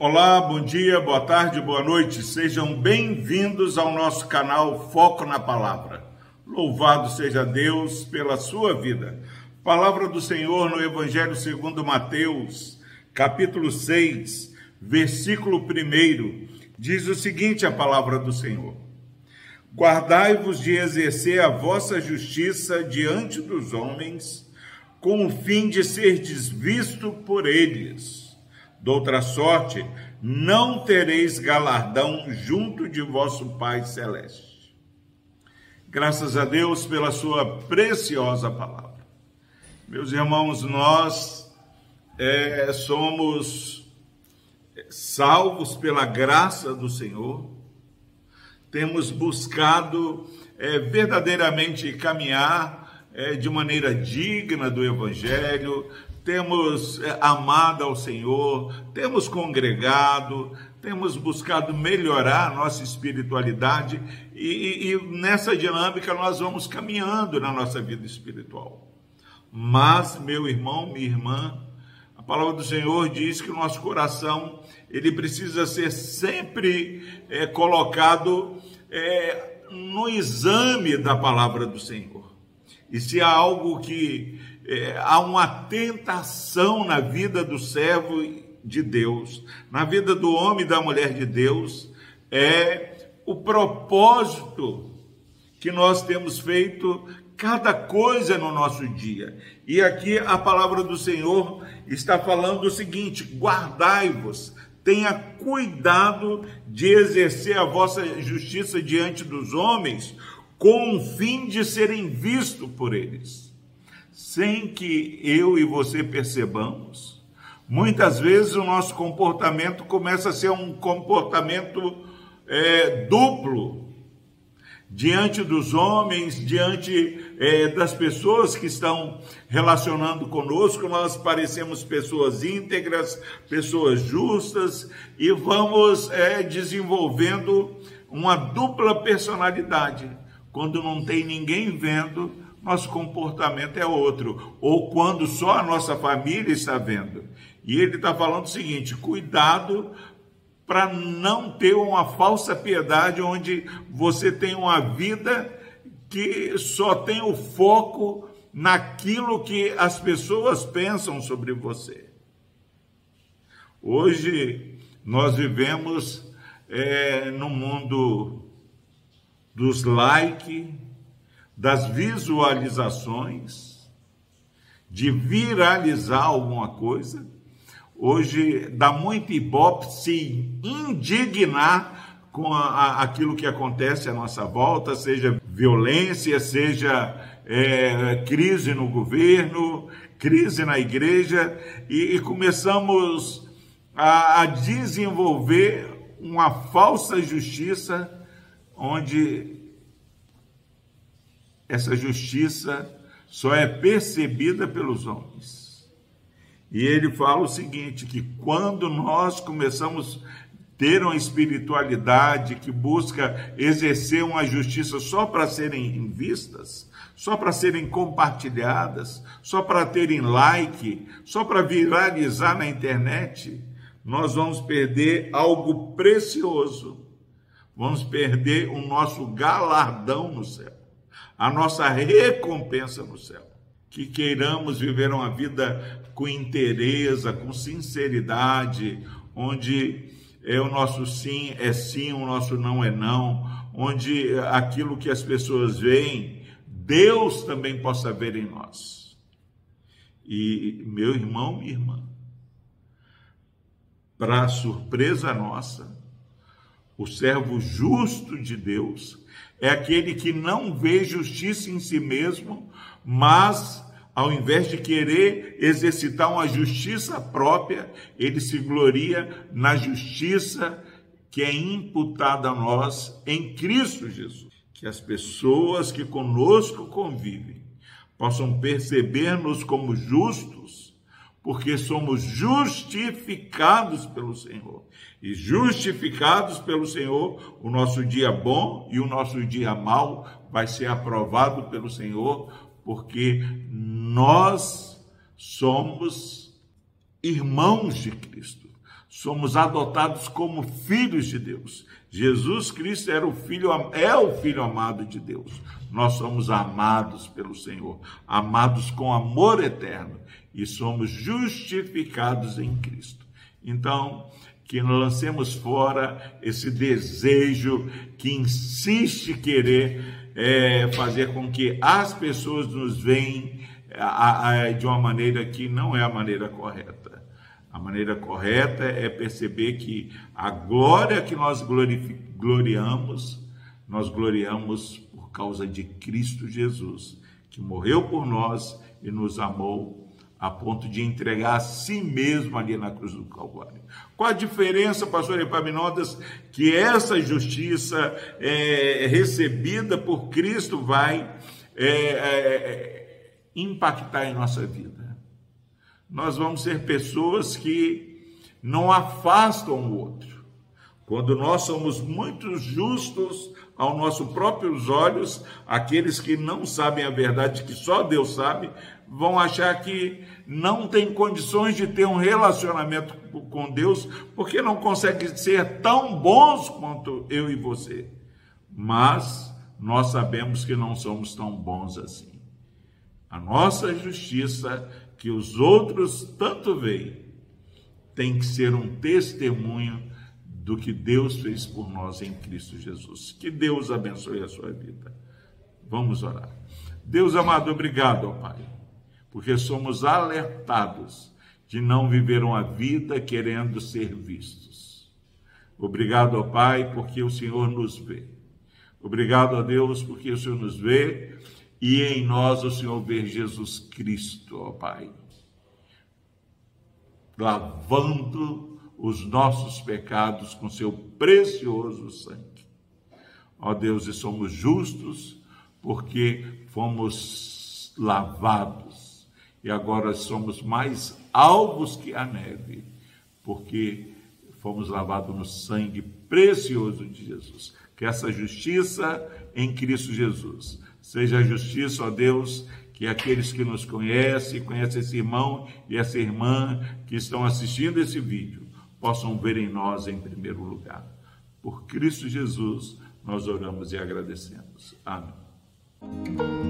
Olá, bom dia, boa tarde, boa noite. Sejam bem-vindos ao nosso canal Foco na Palavra. Louvado seja Deus pela sua vida. Palavra do Senhor no Evangelho segundo Mateus, capítulo 6, versículo 1, diz o seguinte a palavra do Senhor: Guardai-vos de exercer a vossa justiça diante dos homens, com o fim de serdes visto por eles. Doutra sorte, não tereis galardão junto de vosso Pai Celeste. Graças a Deus pela sua preciosa palavra. Meus irmãos, nós somos salvos pela graça do Senhor, temos buscado verdadeiramente caminhar de maneira digna do Evangelho, temos amado ao Senhor, temos congregado, temos buscado melhorar a nossa espiritualidade e nessa dinâmica nós vamos caminhando na nossa vida espiritual. Mas, meu irmão, minha irmã, a palavra do Senhor diz que o nosso coração ele precisa ser sempre colocado no exame da palavra do Senhor. E se há algo que há uma tentação na vida do servo de Deus, na vida do homem e da mulher de Deus, é o propósito que nós temos feito cada coisa no nosso dia. E aqui a palavra do Senhor está falando o seguinte: guardai-vos, tenha cuidado de exercer a vossa justiça diante dos homens, com o fim de serem vistos por eles. Sem que eu e você percebamos, muitas vezes o nosso comportamento começa a ser um comportamento duplo, diante dos homens, diante das pessoas que estão relacionando conosco. Nós parecemos pessoas íntegras, pessoas justas, e vamos desenvolvendo uma dupla personalidade. Quando não tem ninguém vendo, nosso comportamento é outro, ou quando só a nossa família está vendo. E ele está falando o seguinte: cuidado para não ter uma falsa piedade, onde você tem uma vida que só tem o foco naquilo que as pessoas pensam sobre você. Hoje nós vivemos no mundo dos likes, das visualizações, de viralizar alguma coisa. Hoje dá muito ibope se indignar com aquilo que acontece à nossa volta, seja violência, seja crise no governo, crise na igreja, e começamos a desenvolver uma falsa justiça, onde essa justiça só é percebida pelos homens. E ele fala o seguinte, que quando nós começamos a ter uma espiritualidade que busca exercer uma justiça só para serem vistas, só para serem compartilhadas, só para terem like, só para viralizar na internet, nós vamos perder algo precioso. Vamos perder o nosso galardão no céu, a nossa recompensa no céu. Que queiramos viver uma vida com inteireza, com sinceridade, onde o nosso sim é sim, o nosso não é não, onde aquilo que as pessoas veem, Deus também possa ver em nós. E, meu irmão, minha irmã, para surpresa nossa, o servo justo de Deus é aquele que não vê justiça em si mesmo, mas, ao invés de querer exercitar uma justiça própria, ele se gloria na justiça que é imputada a nós em Cristo Jesus. Que as pessoas que conosco convivem possam perceber-nos como justos, porque somos justificados pelo Senhor. E justificados pelo Senhor, o nosso dia bom e o nosso dia mau vai ser aprovado pelo Senhor, porque nós somos irmãos de Cristo. somos adotados como filhos de Deus. Jesus Cristo é o Filho amado de Deus. Nós somos amados pelo Senhor, amados com amor eterno, e somos justificados em Cristo. Então, que lancemos fora esse desejo que insiste querer fazer com que as pessoas nos vejam de uma maneira que não é a maneira correta. A maneira correta é perceber que a glória que nós gloriamos por causa de Cristo Jesus, que morreu por nós e nos amou a ponto de entregar a si mesmo ali na cruz do Calvário. Qual a diferença, pastor Epaminondas, que essa justiça recebida por Cristo vai impactar em nossa vida? Nós vamos ser pessoas que não afastam o outro. Quando nós somos muito justos aos nossos próprios olhos, aqueles que não sabem a verdade, que só Deus sabe, vão achar que não tem condições de ter um relacionamento com Deus, porque não conseguem ser tão bons quanto eu e você. Mas nós sabemos que não somos tão bons assim. A nossa justiça, que os outros tanto veem, tem que ser um testemunho do que Deus fez por nós em Cristo Jesus. Que Deus abençoe a sua vida. Vamos orar. Deus amado, obrigado, ó Pai, porque somos alertados de não viver uma vida querendo ser vistos. Obrigado, ó Pai, porque o Senhor nos vê. Obrigado, ó Deus, porque o Senhor nos vê e em nós o Senhor vê Jesus Cristo, ó Pai, lavando os nossos pecados com seu precioso sangue. Ó Deus, e somos justos porque fomos lavados e agora somos mais alvos que a neve, porque fomos lavados no sangue precioso de Jesus. Que essa justiça em Cristo Jesus seja a justiça, ó Deus, que aqueles que nos conhecem esse irmão e essa irmã que estão assistindo esse vídeo, possam ver em nós em primeiro lugar. Por Cristo Jesus, nós oramos e agradecemos. Amém.